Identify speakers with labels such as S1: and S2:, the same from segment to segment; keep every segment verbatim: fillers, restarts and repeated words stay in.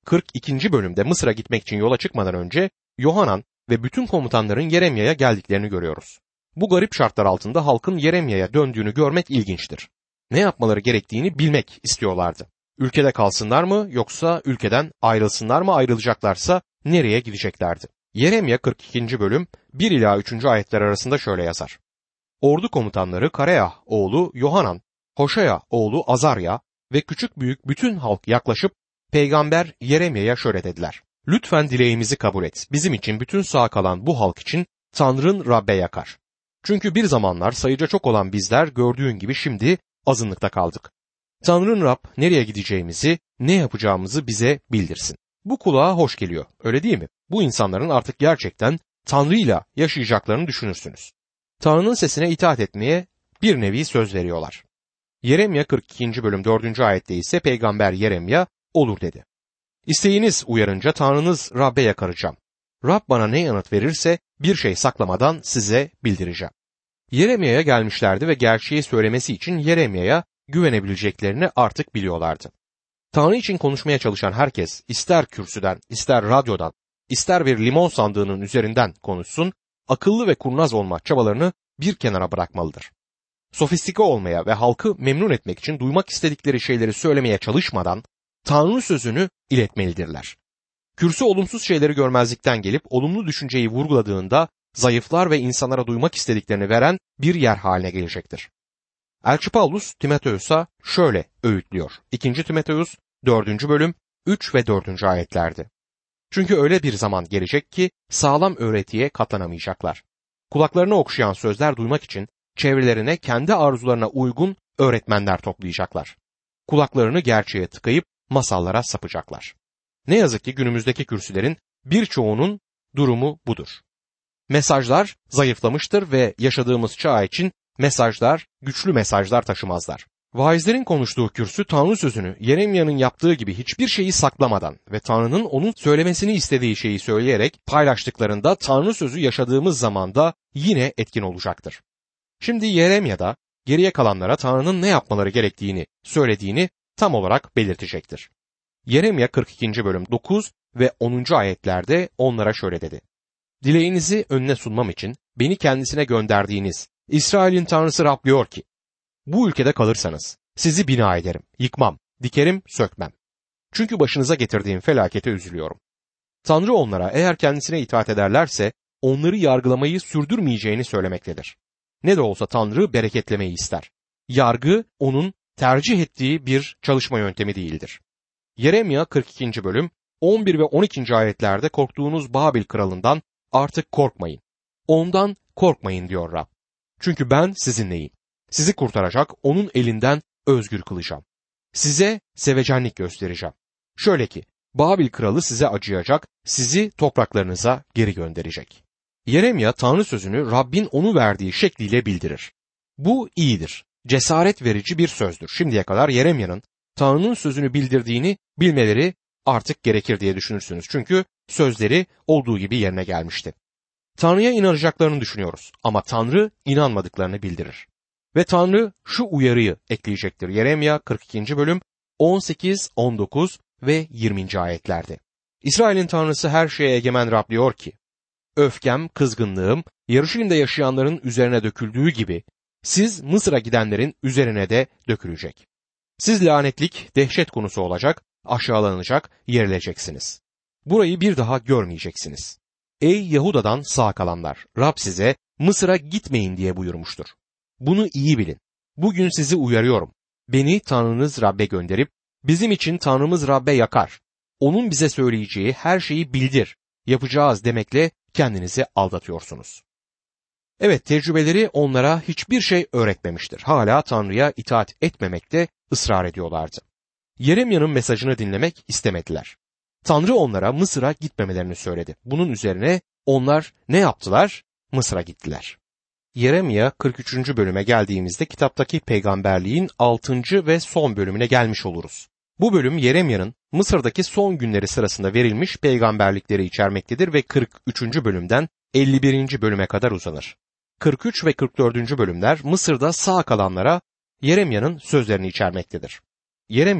S1: kırk ikinci bölümde Mısır'a gitmek için yola çıkmadan önce Yohanan ve bütün komutanların Yeremya'ya geldiklerini görüyoruz. Bu garip şartlar altında halkın Yeremya'ya döndüğünü görmek ilginçtir. Ne yapmaları gerektiğini bilmek istiyorlardı. Ülkede kalsınlar mı yoksa ülkeden ayrılsınlar mı, ayrılacaklarsa nereye gideceklerdi? Yeremya kırk ikinci bölüm bir ila üçüncü ayetler arasında şöyle yazar. Ordu komutanları Kareah oğlu Yohanan, Hoşaya oğlu Azarya ve küçük büyük bütün halk yaklaşıp peygamber Yeremya'ya şöyle dediler. Lütfen dileğimizi kabul et. Bizim için bütün sağ kalan bu halk için Tanrın Rab'be yakar. Çünkü bir zamanlar sayıca çok olan bizler gördüğün gibi şimdi azınlıkta kaldık. Tanrın Rab nereye gideceğimizi, ne yapacağımızı bize bildirsin. Bu kulağa hoş geliyor, öyle değil mi? Bu insanların artık gerçekten Tanrı'yla yaşayacaklarını düşünürsünüz. Tanrı'nın sesine itaat etmeye bir nevi söz veriyorlar. Yeremya kırk ikinci bölüm dördüncü ayette ise peygamber Yeremya olur dedi. İsteğiniz uyarınca Tanrınız Rab'be yakaracağım. Rab bana ne yanıt verirse bir şey saklamadan size bildireceğim. Yeremya'ya gelmişlerdi ve gerçeği söylemesi için Yeremya'ya güvenebileceklerini artık biliyorlardı. Tanrı için konuşmaya çalışan herkes ister kürsüden, ister radyodan, ister bir limon sandığının üzerinden konuşsun, akıllı ve kurnaz olma çabalarını bir kenara bırakmalıdır. Sofistike olmaya ve halkı memnun etmek için duymak istedikleri şeyleri söylemeye çalışmadan Tanrı sözünü iletmelidirler. Kürsü olumsuz şeyleri görmezlikten gelip olumlu düşünceyi vurguladığında zayıflar ve insanlara duymak istediklerini veren bir yer haline gelecektir. Elçi Paulus Timoteus'a şöyle öğütlüyor. ikinci Timoteus dördüncü bölüm üç ve dördüncü ayetlerdi. Çünkü öyle bir zaman gelecek ki sağlam öğretiye katlanamayacaklar. Kulaklarına okşayan sözler duymak için çevrelerine kendi arzularına uygun öğretmenler toplayacaklar. Kulaklarını gerçeğe tıkayıp masallara sapacaklar. Ne yazık ki günümüzdeki kürsülerin birçoğunun durumu budur. Mesajlar zayıflamıştır ve yaşadığımız çağ için mesajlar, güçlü mesajlar taşımazlar. Vaizlerin konuştuğu kürsü Tanrı sözünü Yeremya'nın yaptığı gibi hiçbir şeyi saklamadan ve Tanrı'nın onun söylemesini istediği şeyi söyleyerek paylaştıklarında Tanrı sözü yaşadığımız zamanda yine etkin olacaktır. Şimdi Yeremya'da geriye kalanlara Tanrı'nın ne yapmaları gerektiğini söylediğini tam olarak belirtecektir. Yeremya kırk ikinci bölüm dokuz ve onuncu ayetlerde onlara şöyle dedi. Dileğinizi önüne sunmam için beni kendisine gönderdiğiniz İsrail'in Tanrısı Rab diyor ki, bu ülkede kalırsanız sizi bina ederim, yıkmam, dikerim, sökmem. Çünkü başınıza getirdiğim felakete üzülüyorum. Tanrı onlara eğer kendisine itaat ederlerse onları yargılamayı sürdürmeyeceğini söylemektedir. Ne de olsa Tanrı bereketlemeyi ister. Yargı onun tercih ettiği bir çalışma yöntemi değildir. Yeremya kırk ikinci bölüm on bir ve on ikinci ayetlerde korktuğunuz Babil kralından artık korkmayın. Ondan korkmayın diyor Rab. Çünkü ben sizinleyim. Sizi kurtaracak, onun elinden özgür kılacağım. Size sevecenlik göstereceğim. Şöyle ki, Babil kralı size acıyacak, sizi topraklarınıza geri gönderecek. Yeremya Tanrı sözünü Rabbin onu verdiği şekliyle bildirir. Bu iyidir, cesaret verici bir sözdür. Şimdiye kadar Yeremya'nın Tanrı'nın sözünü bildirdiğini bilmeleri artık gerekir diye düşünürsünüz. Çünkü sözleri olduğu gibi yerine gelmişti. Tanrı'ya inanacaklarını düşünüyoruz ama Tanrı inanmadıklarını bildirir. Ve Tanrı şu uyarıyı ekleyecektir. Yeremya kırk ikinci bölüm on sekiz, on dokuz ve yirminci ayetlerde. İsrail'in Tanrısı her şeye egemen Rab diyor ki, öfkem, kızgınlığım, Yarışilim'de yaşayanların üzerine döküldüğü gibi, siz Mısır'a gidenlerin üzerine de dökülecek. Siz lanetlik, dehşet konusu olacak, aşağılanacak, yerileceksiniz. Burayı bir daha görmeyeceksiniz. Ey Yahuda'dan sağ kalanlar, Rab size Mısır'a gitmeyin diye buyurmuştur. Bunu iyi bilin. Bugün sizi uyarıyorum. Beni Tanrınız Rab'be gönderip, bizim için Tanrımız Rab'be yakar. Onun bize söyleyeceği her şeyi bildir, yapacağız demekle kendinizi aldatıyorsunuz. Evet, tecrübeleri onlara hiçbir şey öğretmemiştir. Hala Tanrı'ya itaat etmemekte ısrar ediyorlardı. Yeremya'nın mesajını dinlemek istemediler. Tanrı onlara Mısır'a gitmemelerini söyledi. Bunun üzerine onlar ne yaptılar? Mısır'a gittiler. Yeremya kırk üçüncü bölüme geldiğimizde kitaptaki peygamberliğin altıncı ve son bölümüne gelmiş oluruz. Bu bölüm Yeremya'nın Mısır'daki son günleri sırasında verilmiş peygamberlikleri içermektedir ve kırk üçüncü bölümden elli birinci bölüme kadar uzanır. kırk üç ve kırk dördüncü bölümler Mısır'da sağ kalanlara Yeremya'nın sözlerini içermektedir. Yeremya'nın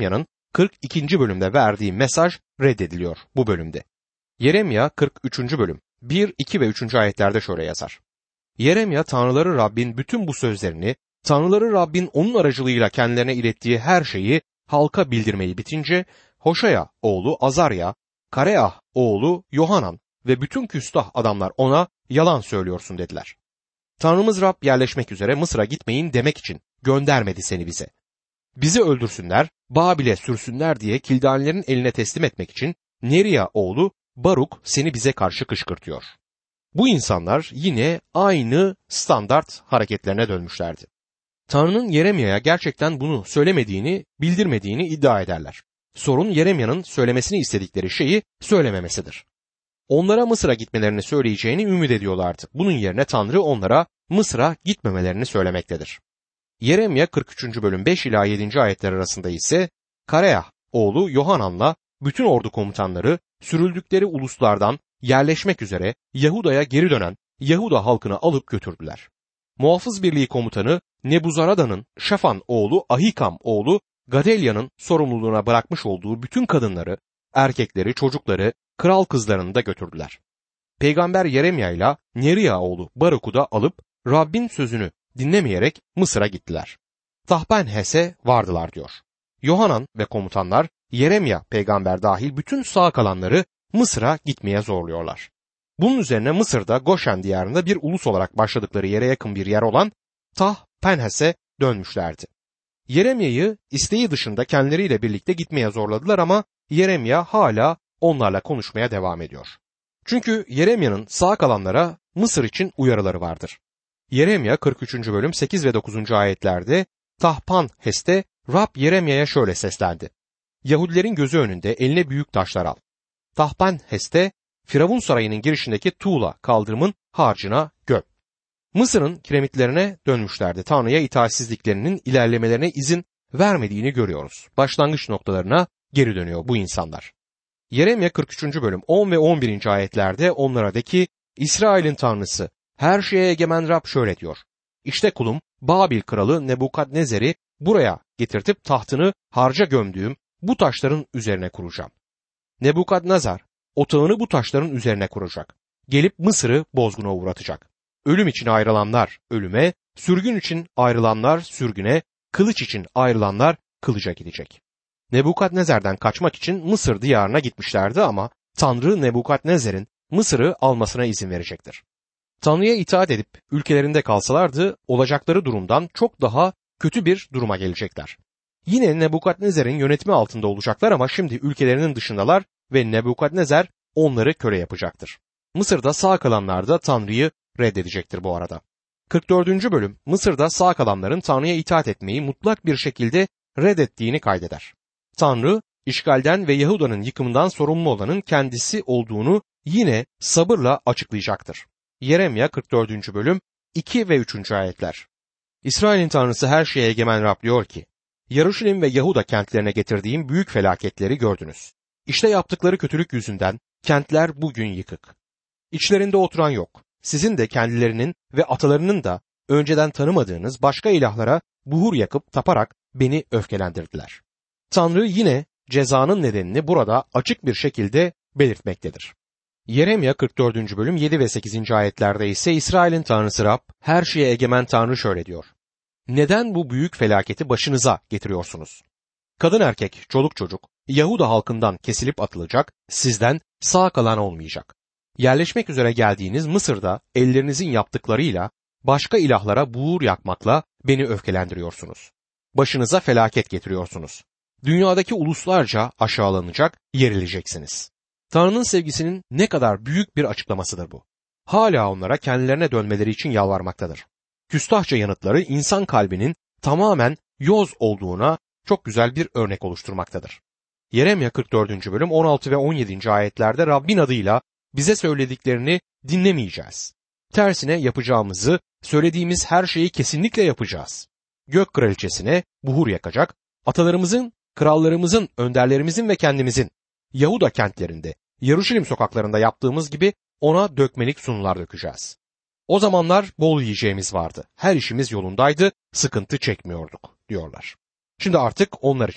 S1: kırk ikinci bölümde verdiği mesaj reddediliyor bu bölümde. Yeremya kırk üçüncü bölüm bir, iki ve üçüncü ayetlerde şöyle yazar. Yeremya Tanrıları Rabbin bütün bu sözlerini, Tanrıları Rabbin onun aracılığıyla kendilerine ilettiği her şeyi halka bildirmeyi bitince, Hoşaya oğlu Azarya, Kareah oğlu Yohanan ve bütün küstah adamlar ona yalan söylüyorsun dediler. Tanrımız Rab yerleşmek üzere Mısır'a gitmeyin demek için göndermedi seni bize. Bizi öldürsünler, Babil'e sürsünler diye Kildanilerin eline teslim etmek için Neriya oğlu Baruk seni bize karşı kışkırtıyor. Bu insanlar yine aynı standart hareketlerine dönmüşlerdi. Tanrı'nın Yeremya'ya gerçekten bunu söylemediğini, bildirmediğini iddia ederler. Sorun Yeremya'nın söylemesini istedikleri şeyi söylememesidir. Onlara Mısır'a gitmelerini söyleyeceğini ümit ediyorlardı. Bunun yerine Tanrı onlara Mısır'a gitmemelerini söylemektedir. Yeremya kırk üçüncü bölüm beş ila yedinci ayetler arasında ise Kareah oğlu Yohanan'la bütün ordu komutanları sürüldükleri uluslardan yerleşmek üzere Yahuda'ya geri dönen Yahuda halkını alıp götürdüler. Muhafız Birliği komutanı Nebuzarada'nın Şafan oğlu Ahikam oğlu Gadelya'nın sorumluluğuna bırakmış olduğu bütün kadınları, erkekleri, çocukları, kral kızlarını da götürdüler. Peygamber Yeremya ile Neriya oğlu Baruk'u da alıp Rabbin sözünü dinlemeyerek Mısır'a gittiler. Tahpenhes'e vardılar diyor. Yohanan ve komutanlar Yeremya peygamber dahil bütün sağ kalanları Mısır'a gitmeye zorluyorlar. Bunun üzerine Mısır'da Goşen diyarında bir ulus olarak başladıkları yere yakın bir yer olan Tahpenhes'e dönmüşlerdi. Yeremya'yı isteği dışında kendileriyle birlikte gitmeye zorladılar ama Yeremya hala onlarla konuşmaya devam ediyor. Çünkü Yeremya'nın sağ kalanlara Mısır için uyarıları vardır. Yeremya kırk üçüncü bölüm sekiz ve dokuzuncu ayetlerde Tahpanhes'te Rab Yeremya'ya şöyle seslendi. Yahudilerin gözü önünde eline büyük taşlar al. Tahpanhes'te Firavun sarayının girişindeki Tuğla kaldırımın harcına göm. Mısır'ın kiremitlerine dönmüşlerdi. Tanrı'ya itaatsizliklerinin ilerlemelerine izin vermediğini görüyoruz. Başlangıç noktalarına geri dönüyor bu insanlar. Yeremya kırk üçüncü bölüm on ve on birinci ayetlerde onlara de ki İsrail'in Tanrısı her şeye egemen Rab şöyle diyor. İşte kulum Babil kralı Nebukadnezer'i buraya getirtip tahtını harca gömdüğüm bu taşların üzerine kuracağım. Nebukadnezar otağını bu taşların üzerine kuracak. Gelip Mısır'ı bozguna uğratacak. Ölüm için ayrılanlar ölüme, sürgün için ayrılanlar sürgüne, kılıç için ayrılanlar kılıca gidecek. Nebukadnezer'den kaçmak için Mısır diyarına gitmişlerdi ama Tanrı Nebukadnezer'in Mısır'ı almasına izin verecektir. Tanrı'ya itaat edip ülkelerinde kalsalardı olacakları durumdan çok daha kötü bir duruma gelecekler. Yine Nebukadnezer'in yönetimi altında olacaklar ama şimdi ülkelerinin dışındalar ve Nebukadnezer onları köle yapacaktır. Mısır'da sağ kalanlar da Tanrı'yı reddedecektir bu arada. kırk dördüncü bölüm Mısır'da sağ kalanların Tanrı'ya itaat etmeyi mutlak bir şekilde reddettiğini kaydeder. Tanrı, işgalden ve Yahuda'nın yıkımından sorumlu olanın kendisi olduğunu yine sabırla açıklayacaktır. Yeremya kırk dördüncü bölüm iki ve üçüncü ayetler. İsrail'in Tanrısı her şeye egemen Rab diyor ki, Yaruşilim ve Yahuda kentlerine getirdiğim büyük felaketleri gördünüz. İşte yaptıkları kötülük yüzünden kentler bugün yıkık. İçlerinde oturan yok. Sizin de kendilerinin ve atalarının da önceden tanımadığınız başka ilahlara buhur yakıp taparak beni öfkelendirdiler. Tanrı yine cezanın nedenini burada açık bir şekilde belirtmektedir. Yeremya kırk dördüncü bölüm yedi ve sekizinci ayetlerde ise İsrail'in Tanrısı Rab, her şeye egemen Tanrı şöyle diyor. Neden bu büyük felaketi başınıza getiriyorsunuz? Kadın erkek, çoluk çocuk, Yahuda halkından kesilip atılacak, sizden sağ kalan olmayacak. Yerleşmek üzere geldiğiniz Mısır'da ellerinizin yaptıklarıyla başka ilahlara buğur yakmakla beni öfkelendiriyorsunuz. Başınıza felaket getiriyorsunuz. Dünyadaki uluslarca aşağılanacak, yerileceksiniz. Tanrı'nın sevgisinin ne kadar büyük bir açıklamasıdır bu. Hala onlara kendilerine dönmeleri için yalvarmaktadır. Küstahça yanıtları insan kalbinin tamamen yoz olduğuna çok güzel bir örnek oluşturmaktadır. Yeremya kırk dördüncü bölüm on altı ve on yedinci ayetlerde Rabbin adıyla bize söylediklerini dinlemeyeceğiz. Tersine yapacağımızı, söylediğimiz her şeyi kesinlikle yapacağız. Gök kraliçesine buhur yakacak, atalarımızın, krallarımızın, önderlerimizin ve kendimizin Yahuda kentlerinde, Yaruşilim sokaklarında yaptığımız gibi ona dökmelik sunular dökeceğiz. O zamanlar bol yiyeceğimiz vardı. Her işimiz yolundaydı, sıkıntı çekmiyorduk diyorlar. Şimdi artık onlar için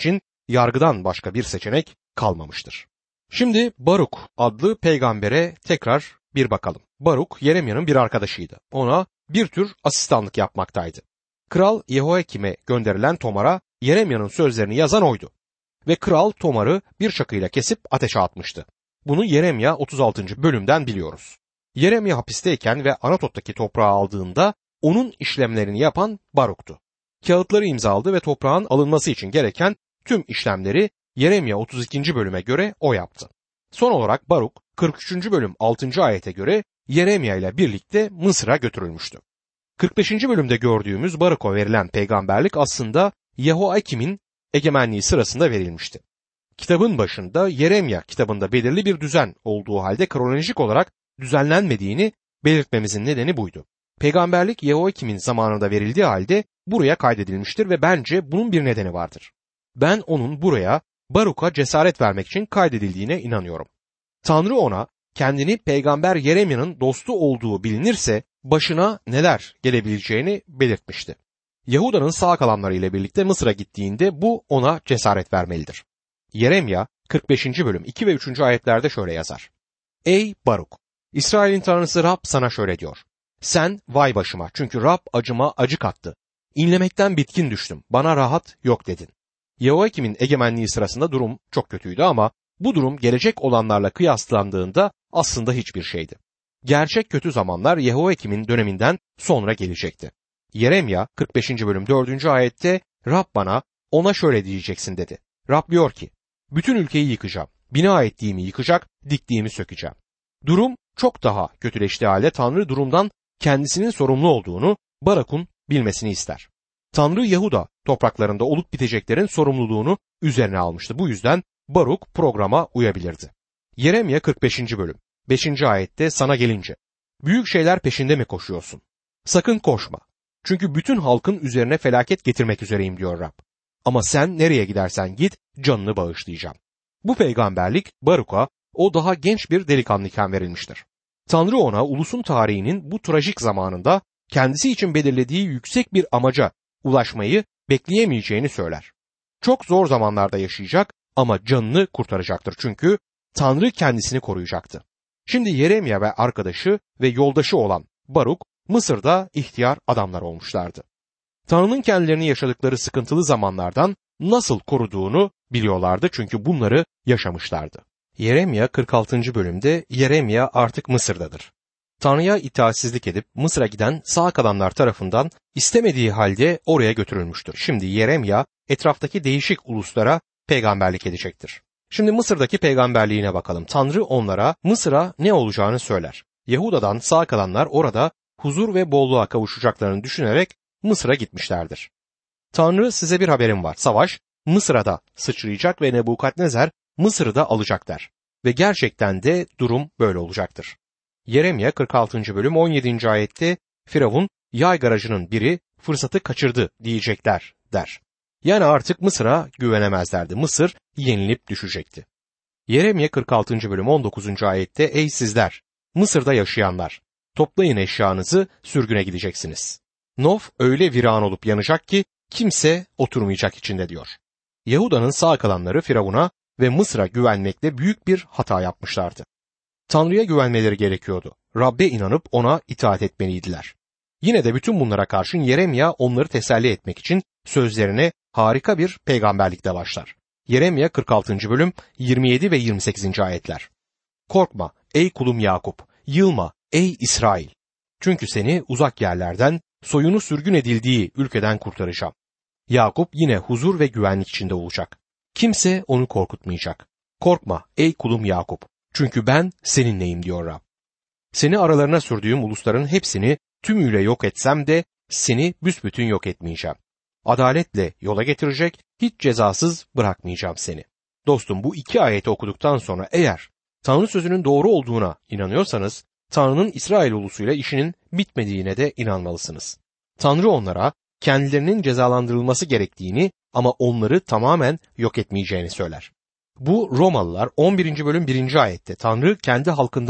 S1: yargıdan başka bir seçenek kalmamıştır. Şimdi Baruk adlı peygambere tekrar bir bakalım. Baruk Yeremya'nın bir arkadaşıydı. Ona bir tür asistanlık yapmaktaydı. Kral Yehoyakim'e gönderilen tomara Yeremya'nın sözlerini yazan oydu. Ve kral tomarı bir çakıyla kesip ateşe atmıştı. Bunu Yeremya otuz altıncı bölümden biliyoruz. Yeremya hapisteyken ve Anatot'taki toprağı aldığında onun işlemlerini yapan Baruk'tu. Kağıtları imzaladı ve toprağın alınması için gereken tüm işlemleri Yeremya otuz ikinci bölüme göre o yaptı. Son olarak Baruk kırk üçüncü bölüm altıncı ayete göre Yeremya ile birlikte Mısır'a götürülmüştü. kırk beşinci bölümde gördüğümüz Baruk'a verilen peygamberlik aslında Yehoakim'in egemenliği sırasında verilmişti. Kitabın başında Yeremya kitabında belirli bir düzen olduğu halde kronolojik olarak düzenlenmediğini belirtmemizin nedeni buydu. Peygamberlik Yehoakim'in zamanında verildiği halde buraya kaydedilmiştir ve bence bunun bir nedeni vardır. Ben onun buraya Baruk'a cesaret vermek için kaydedildiğine inanıyorum. Tanrı ona kendini peygamber Yeremya'nın dostu olduğu bilinirse başına neler gelebileceğini belirtmişti. Yahuda'nın sağ kalanları ile birlikte Mısır'a gittiğinde bu ona cesaret vermelidir. Yeremya kırk beşinci bölüm iki ve üçüncü ayetlerde şöyle yazar. Ey Baruk! İsrail'in tanrısı Rab sana şöyle diyor. Sen vay başıma çünkü Rab acıma acı kattı. İnlemekten bitkin düştüm. Bana rahat yok dedin. Yehoakim'in egemenliği sırasında durum çok kötüydü ama bu durum gelecek olanlarla kıyaslandığında aslında hiçbir şeydi. Gerçek kötü zamanlar Yehoakim'in döneminden sonra gelecekti. Yeremya kırk beşinci bölüm dördüncü ayette Rab bana ona şöyle diyeceksin dedi. Rab diyor ki bütün ülkeyi yıkacağım. Bina ettiğimi yıkacak, diktiğimi sökeceğim. Durum çok daha kötüleştiği halde Tanrı durumdan kendisinin sorumlu olduğunu Baruk'un bilmesini ister. Tanrı Yahuda topraklarında olup biteceklerin sorumluluğunu üzerine almıştı. Bu yüzden Baruk programa uyabilirdi. Yeremya kırk beşinci bölüm beşinci ayette sana gelince büyük şeyler peşinde mi koşuyorsun? Sakın koşma. Çünkü bütün halkın üzerine felaket getirmek üzereyim diyor Rab. Ama sen nereye gidersen git canını bağışlayacağım. Bu peygamberlik Baruk'a o daha genç bir delikanlıyken verilmiştir. Tanrı ona ulusun tarihinin bu trajik zamanında kendisi için belirlediği yüksek bir amaca ulaşmayı bekleyemeyeceğini söyler. Çok zor zamanlarda yaşayacak ama canını kurtaracaktır çünkü Tanrı kendisini koruyacaktı. Şimdi Yeremya ve arkadaşı ve yoldaşı olan Baruk Mısır'da ihtiyar adamlar olmuşlardı. Tanrı'nın kendilerini yaşadıkları sıkıntılı zamanlardan nasıl koruduğunu biliyorlardı çünkü bunları yaşamışlardı. Yeremya kırk altıncı bölümde Yeremya artık Mısır'dadır. Tanrı'ya itaatsizlik edip Mısır'a giden sağ kalanlar tarafından istemediği halde oraya götürülmüştür. Şimdi Yeremya etraftaki değişik uluslara peygamberlik edecektir. Şimdi Mısır'daki peygamberliğine bakalım. Tanrı onlara Mısır'a ne olacağını söyler. Yahuda'dan sağ kalanlar orada huzur ve bolluğa kavuşacaklarını düşünerek Mısır'a gitmişlerdir. Tanrı size bir haberim var. Savaş Mısır'a da sıçrayacak ve Nebukadnezer Mısır'ı da alacak der. Ve gerçekten de durum böyle olacaktır. Yeremya kırk altıncı bölüm on yedinci ayette Firavun yay garajının biri fırsatı kaçırdı diyecekler der. Yani artık Mısır'a güvenemezlerdi. Mısır yenilip düşecekti. Yeremya kırk altıncı bölüm on dokuzuncu ayette ey sizler Mısır'da yaşayanlar toplayın eşyanızı sürgüne gideceksiniz. Nof öyle viran olup yanacak ki kimse oturmayacak içinde diyor. Yahuda'nın sağ kalanları Firavun'a ve Mısır'a güvenmekle büyük bir hata yapmışlardı. Tanrı'ya güvenmeleri gerekiyordu. Rab'be inanıp ona itaat etmeliydiler. Yine de bütün bunlara karşın Yeremya onları teselli etmek için sözlerine harika bir peygamberlikle başlar. Yeremya kırk altıncı bölüm yirmi yedi ve yirmi sekizinci ayetler. Korkma ey kulum Yakup, yılma ey İsrail. Çünkü seni uzak yerlerden, soyunu sürgün edildiği ülkeden kurtaracağım. Yakup yine huzur ve güvenlik içinde olacak. Kimse onu korkutmayacak. Korkma ey kulum Yakup. Çünkü ben seninleyim diyor Rab. Seni aralarına sürdüğüm ulusların hepsini tümüyle yok etsem de seni büsbütün yok etmeyeceğim. Adaletle yola getirecek, hiç cezasız bırakmayacağım seni. Dostum bu iki ayeti okuduktan sonra eğer Tanrı sözünün doğru olduğuna inanıyorsanız, Tanrı'nın İsrail ulusuyla işinin bitmediğine de inanmalısınız. Tanrı onlara kendilerinin cezalandırılması gerektiğini ama onları tamamen yok etmeyeceğini söyler. Bu Romalılar on birinci bölüm birinci ayette Tanrı kendi halkından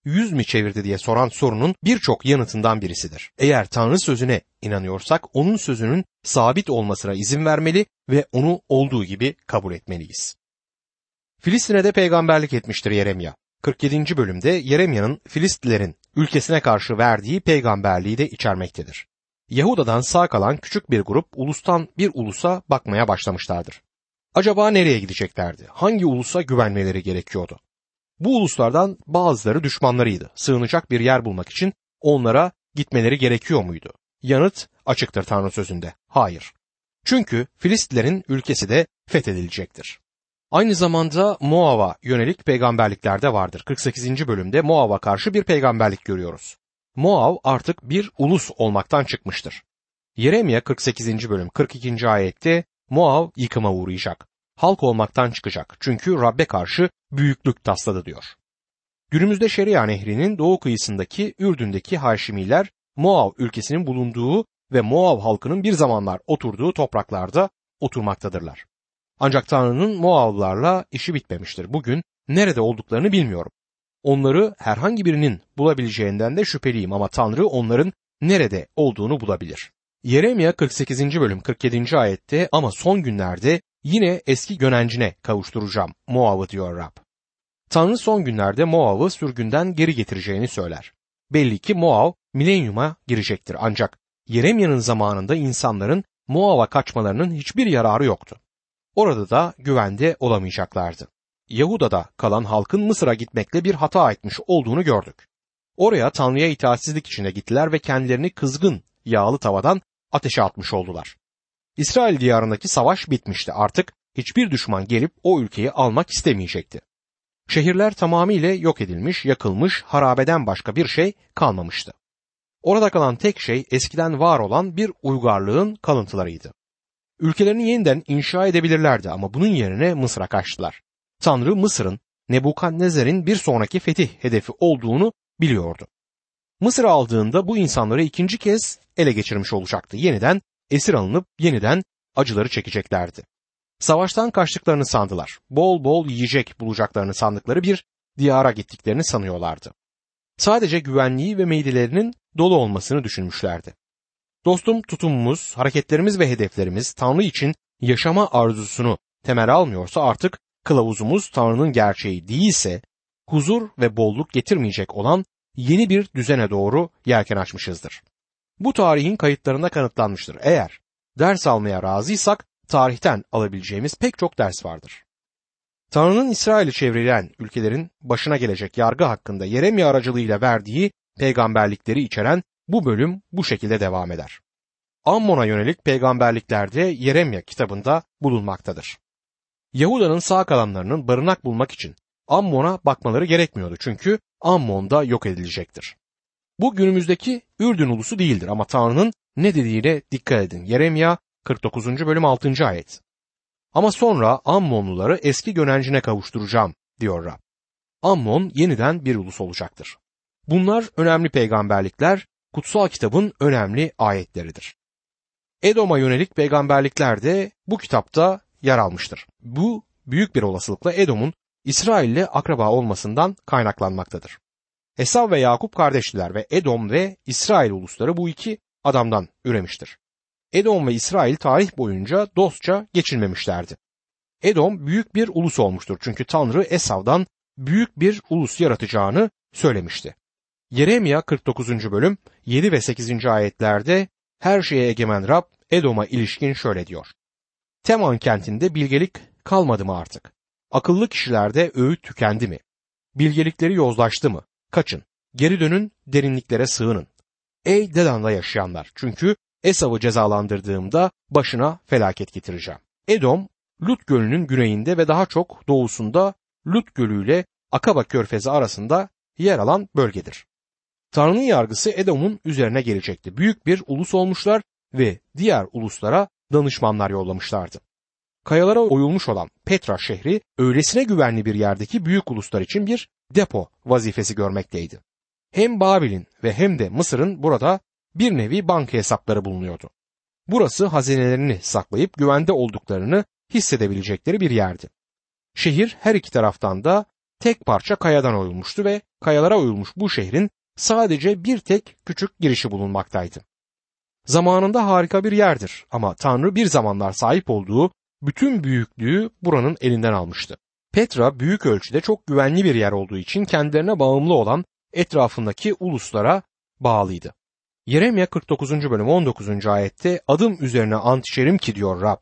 S1: yüz mi çevirdi diye soran sorunun birçok yanıtından birisidir. Eğer Tanrı sözüne inanıyorsak onun sözünün sabit olmasına izin vermeli ve onu olduğu gibi kabul etmeliyiz. Filistin'e de peygamberlik etmiştir Yeremya. kırk yedinci bölümde Yeremya'nın Filistlilerin ülkesine karşı verdiği peygamberliği de içermektedir. Yahuda'dan sağ kalan küçük bir grup ulustan bir ulusa bakmaya başlamışlardır. Acaba nereye gideceklerdi? Hangi ulusa güvenmeleri gerekiyordu? Bu uluslardan bazıları düşmanlarıydı. Sığınacak bir yer bulmak için onlara gitmeleri gerekiyor muydu? Yanıt açıktır Tanrı sözünde. Hayır. Çünkü Filistlilerin ülkesi de fethedilecektir. Aynı zamanda Moab'a yönelik peygamberlikler de vardır. kırk sekizinci bölümde Moab'a karşı bir peygamberlik görüyoruz. Moab artık bir ulus olmaktan çıkmıştır. Yeremya kırk sekizinci bölüm kırk ikinci ayette Moab yıkıma uğrayacak. Halk olmaktan çıkacak. Çünkü Rab'be karşı büyüklük tasladı diyor. Günümüzde Şeria Nehri'nin doğu kıyısındaki Ürdün'deki Haşimiler Moab ülkesinin bulunduğu ve Moab halkının bir zamanlar oturduğu topraklarda oturmaktadırlar. Ancak Tanrı'nın Moablarla işi bitmemiştir. Bugün nerede olduklarını bilmiyorum. Onları herhangi birinin bulabileceğinden de şüpheliyim ama Tanrı onların nerede olduğunu bulabilir. Yeremya kırk sekizinci bölüm kırk yedinci ayette ama son günlerde yine eski gönencine kavuşturacağım Moab'ı diyor Rab. Tanrı son günlerde Moab'ı sürgünden geri getireceğini söyler. Belli ki Moab milenyuma girecektir ancak Yeremya'nın zamanında insanların Moab'a kaçmalarının hiçbir yararı yoktu. Orada da güvende olamayacaklardı. Yahuda'da kalan halkın Mısır'a gitmekle bir hata etmiş olduğunu gördük. Oraya Tanrı'ya itaatsizlik içinde gittiler ve kendilerini kızgın yağlı tavadan ateşe atmış oldular. İsrail diyarındaki savaş bitmişti. Artık hiçbir düşman gelip o ülkeyi almak istemeyecekti. Şehirler tamamıyla yok edilmiş, yakılmış, harabeden başka bir şey kalmamıştı. Orada kalan tek şey eskiden var olan bir uygarlığın kalıntılarıydı. Ülkelerini yeniden inşa edebilirlerdi ama bunun yerine Mısır'a kaçtılar. Tanrı Mısır'ın Nebukadnezar'ın bir sonraki fetih hedefi olduğunu biliyordu. Mısır'ı aldığında bu insanları ikinci kez ele geçirmiş olacaktı. Yeniden esir alınıp yeniden acıları çekeceklerdi. Savaştan kaçtıklarını sandılar. Bol bol yiyecek bulacaklarını sandıkları bir diyara gittiklerini sanıyorlardı. Sadece güvenliği ve meydelerinin dolu olmasını düşünmüşlerdi. Dostum, tutumumuz, hareketlerimiz ve hedeflerimiz Tanrı için yaşama arzusunu temel almıyorsa artık kılavuzumuz Tanrı'nın gerçeği değilse huzur ve bolluk getirmeyecek olan yeni bir düzene doğru yelken açmışızdır. Bu tarihin kayıtlarında kanıtlanmıştır. Eğer ders almaya razıysak tarihten alabileceğimiz pek çok ders vardır. Tanrı'nın İsrail'i çevreleyen ülkelerin başına gelecek yargı hakkında Yeremya aracılığıyla verdiği peygamberlikleri içeren bu bölüm bu şekilde devam eder. Ammon'a yönelik peygamberliklerde Yeremya kitabında bulunmaktadır. Yahuda'nın sağ kalanlarının barınak bulmak için Ammon'a bakmaları gerekmiyordu çünkü Ammon da yok edilecektir. Bu günümüzdeki Ürdün ulusu değildir ama Tanrı'nın ne dediğine dikkat edin. Yeremya kırk dokuzuncu bölüm altıncı ayet. Ama sonra Ammonluları eski gönencine kavuşturacağım diyor Rab. Ammon yeniden bir ulus olacaktır. Bunlar önemli peygamberlikler, kutsal kitabın önemli ayetleridir. Edom'a yönelik peygamberlikler de bu kitapta yer almıştır. Bu büyük bir olasılıkla Edom'un İsrail'le akraba olmasından kaynaklanmaktadır. Esav ve Yakup kardeştiler ve Edom ve İsrail ulusları bu iki adamdan üremiştir. Edom ve İsrail tarih boyunca dostça geçinmemişlerdi. Edom büyük bir ulus olmuştur çünkü Tanrı Esav'dan büyük bir ulus yaratacağını söylemişti. Yeremya kırk dokuzuncu bölüm yedi ve sekizinci ayetlerde her şeye egemen Rab Edom'a ilişkin şöyle diyor. Teman kentinde bilgelik kalmadı mı artık? Akıllı kişilerde öğüt tükendi mi? Bilgelikleri yozlaştı mı? Kaçın, geri dönün, derinliklere sığının. Ey Dedan'da yaşayanlar, çünkü Esav'ı cezalandırdığımda başına felaket getireceğim. Edom, Lut Gölü'nün güneyinde ve daha çok doğusunda Lut Gölü ile Akaba Körfezi arasında yer alan bölgedir. Tanrı'nın yargısı Edom'un üzerine gelecekti. Büyük bir ulus olmuşlar ve diğer uluslara danışmanlar yollamışlardı. Kayalara oyulmuş olan Petra şehri öylesine güvenli bir yerdeki büyük uluslar için bir depo vazifesi görmekteydi. Hem Babil'in ve hem de Mısır'ın burada bir nevi banka hesapları bulunuyordu. Burası hazinelerini saklayıp güvende olduklarını hissedebilecekleri bir yerdi. Şehir her iki taraftan da tek parça kayadan oyulmuştu ve kayalara oyulmuş bu şehrin sadece bir tek küçük girişi bulunmaktaydı. Zamanında harika bir yerdir ama Tanrı bir zamanlar sahip olduğu bütün büyüklüğü buranın elinden almıştı. Petra büyük ölçüde çok güvenli bir yer olduğu için kendilerine bağımlı olan etrafındaki uluslara bağlıydı. Yeremya kırk dokuzuncu bölüm on dokuzuncu ayette adım üzerine ant içerim ki diyor Rab.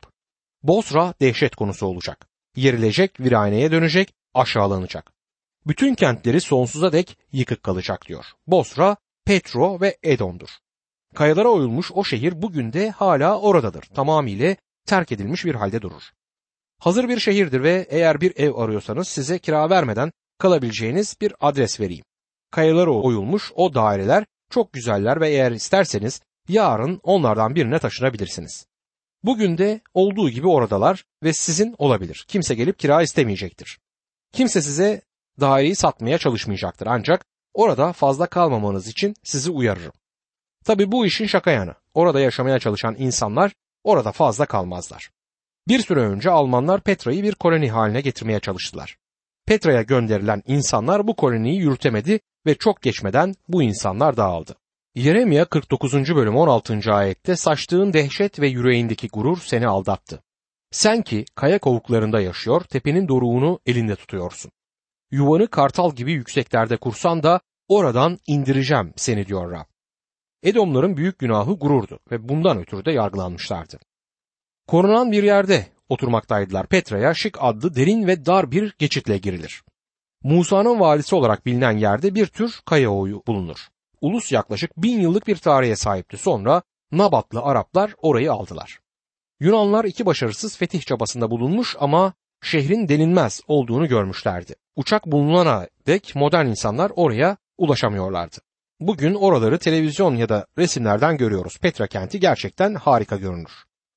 S1: Bozra dehşet konusu olacak. Yerilecek, viraneye dönecek, aşağılanacak. Bütün kentleri sonsuza dek yıkık kalacak diyor. Bozra, Petro ve Edom'dur. Kayalara oyulmuş o şehir bugün de hala oradadır. Tamamıyla terk edilmiş bir halde durur. Hazır bir şehirdir ve eğer bir ev arıyorsanız size kira vermeden kalabileceğiniz bir adres vereyim. Kayalara oyulmuş o daireler çok güzeller ve eğer isterseniz yarın onlardan birine taşınabilirsiniz. Bugün de olduğu gibi oradalar ve sizin olabilir. Kimse gelip kira istemeyecektir. Kimse size daireyi satmaya çalışmayacaktır ancak orada fazla kalmamanız için sizi uyarırım. Tabii bu işin şaka yanı. Orada yaşamaya çalışan insanlar orada fazla kalmazlar. Bir süre önce Almanlar Petra'yı bir koloni haline getirmeye çalıştılar. Petra'ya gönderilen insanlar bu koloniyi yürütemedi ve çok geçmeden bu insanlar dağıldı. Yeremya kırk dokuzuncu bölüm on altıncı ayette saçtığın dehşet ve yüreğindeki gurur seni aldattı. Sen ki kaya kovuklarında yaşıyor, tepenin doruğunu elinde tutuyorsun. Yuvanı kartal gibi yükseklerde kursan da oradan indireceğim seni diyor Rab. Edomların büyük günahı gururdu ve bundan ötürü de yargılanmışlardı. Korunan bir yerde oturmaktaydılar. Petra'ya Şik adlı derin ve dar bir geçitle girilir. Musa'nın valisi olarak bilinen yerde bir tür kaya oyu bulunur. Ulus yaklaşık bin yıllık bir tarihe sahipti. Sonra Nabatlı Araplar orayı aldılar. Yunanlar iki başarısız fetih çabasında bulunmuş ama şehrin denilmez olduğunu görmüşlerdi. Uçak bulunana dek modern insanlar oraya ulaşamıyorlardı. Bugün oraları televizyon ya da resimlerden görüyoruz. Petra kenti gerçekten harika görünür.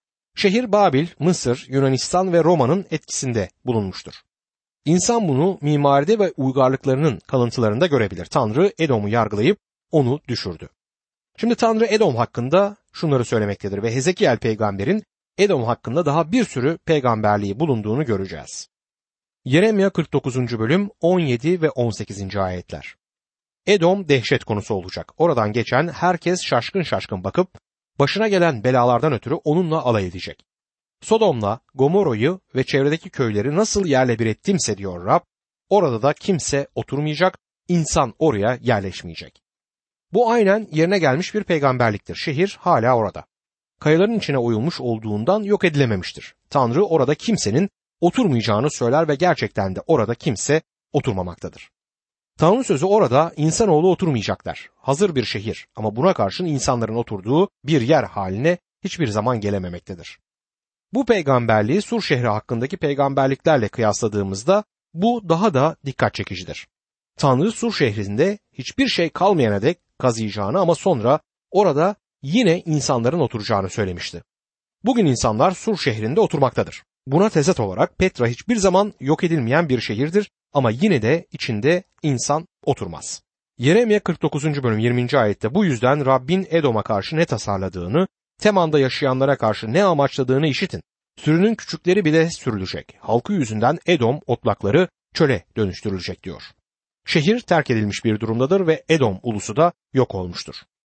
S1: Şehir Babil, Mısır, Yunanistan ve Roma'nın etkisinde bulunmuştur. İnsan bunu mimaride ve uygarlıklarının kalıntılarında görebilir. Tanrı Edom'u yargılayıp onu düşürdü. Şimdi Tanrı Edom hakkında şunları söylemektedir ve Hezekiel peygamberin Edom hakkında daha bir sürü peygamberliği bulunduğunu göreceğiz. Yeremya kırk dokuzuncu bölüm on yedi ve on sekizinci ayetler. Edom dehşet konusu olacak. Oradan geçen herkes şaşkın şaşkın bakıp başına gelen belalardan ötürü onunla alay edecek. Sodom'la Gomorra'yı ve çevredeki köyleri nasıl yerle bir ettimse diyor Rab, orada da kimse oturmayacak, insan oraya yerleşmeyecek. Bu aynen yerine gelmiş bir peygamberliktir. Şehir hala orada. Kayaların içine oyulmuş olduğundan yok edilememiştir. Tanrı orada kimsenin oturmayacağını söyler ve gerçekten de orada kimse oturmamaktadır. Tanrı sözü orada insanoğlu oturmayacaklar. Hazır bir şehir ama buna karşın insanların oturduğu bir yer haline hiçbir zaman gelememektedir. Bu peygamberliği Sur şehri hakkındaki peygamberliklerle kıyasladığımızda bu daha da dikkat çekicidir. Tanrı Sur şehrinde hiçbir şey kalmayana dek kazıyacağını ama sonra orada yine insanların oturacağını söylemişti. Bugün insanlar Sur şehrinde oturmaktadır. Buna tezat olarak Petra hiçbir zaman yok edilmeyen bir şehirdir ama yine de içinde insan oturmaz. Yeremya kırk dokuzuncu bölüm yirminci ayette bu yüzden Rabbin Edom'a karşı ne tasarladığını, Teman'da yaşayanlara karşı ne amaçladığını işitin. Sürünün küçükleri bile sürülecek. Halkı yüzünden Edom otlakları çöle dönüştürülecek diyor. Şehir terk edilmiş bir durumdadır ve Edom ulusu da yok olmuştur.